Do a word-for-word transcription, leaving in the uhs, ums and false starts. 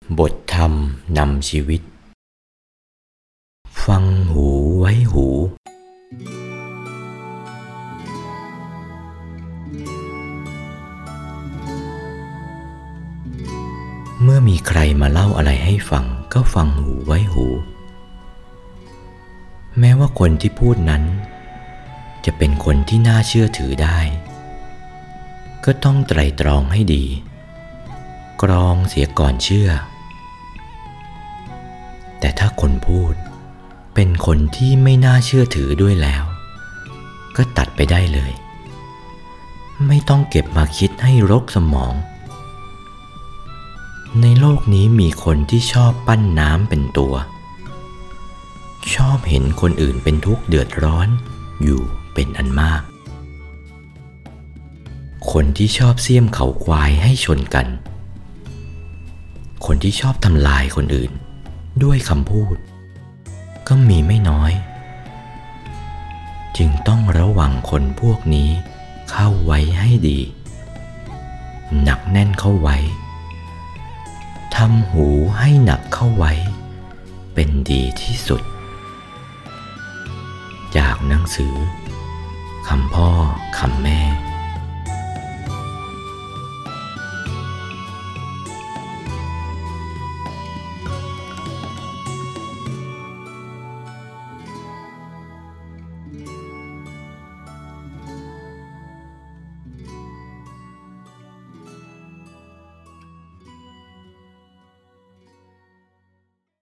บทธรรมนำชีวิตฟังหูไว้หูเมื่อมีใครมาเล่าอะไรให้ฟังก็ฟังหูไว้หูแม้ว่าคนที่พูดนั้นจะเป็นคนที่น่าเชื่อถือได้ก็ต้องไตร่ตรองให้ดีกรองเสียก่อนเชื่อแต่ถ้าคนพูดเป็นคนที่ไม่น่าเชื่อถือด้วยแล้วก็ตัดไปได้เลยไม่ต้องเก็บมาคิดให้รกสมองในโลกนี้มีคนที่ชอบปั้นน้ำเป็นตัวชอบเห็นคนอื่นเป็นทุกข์เดือดร้อนอยู่เป็นอันมากคนที่ชอบเสี้ยมเขาควายให้ชนกันคนที่ชอบทำลายคนอื่นด้วยคำพูดก็มีไม่น้อยจึงต้องระวังคนพวกนี้เข้าไว้ให้ดีหนักแน่นเข้าไว้ทำหูให้หนักเข้าไว้เป็นดีที่สุดจากหนังสือคำพ่อคำแม่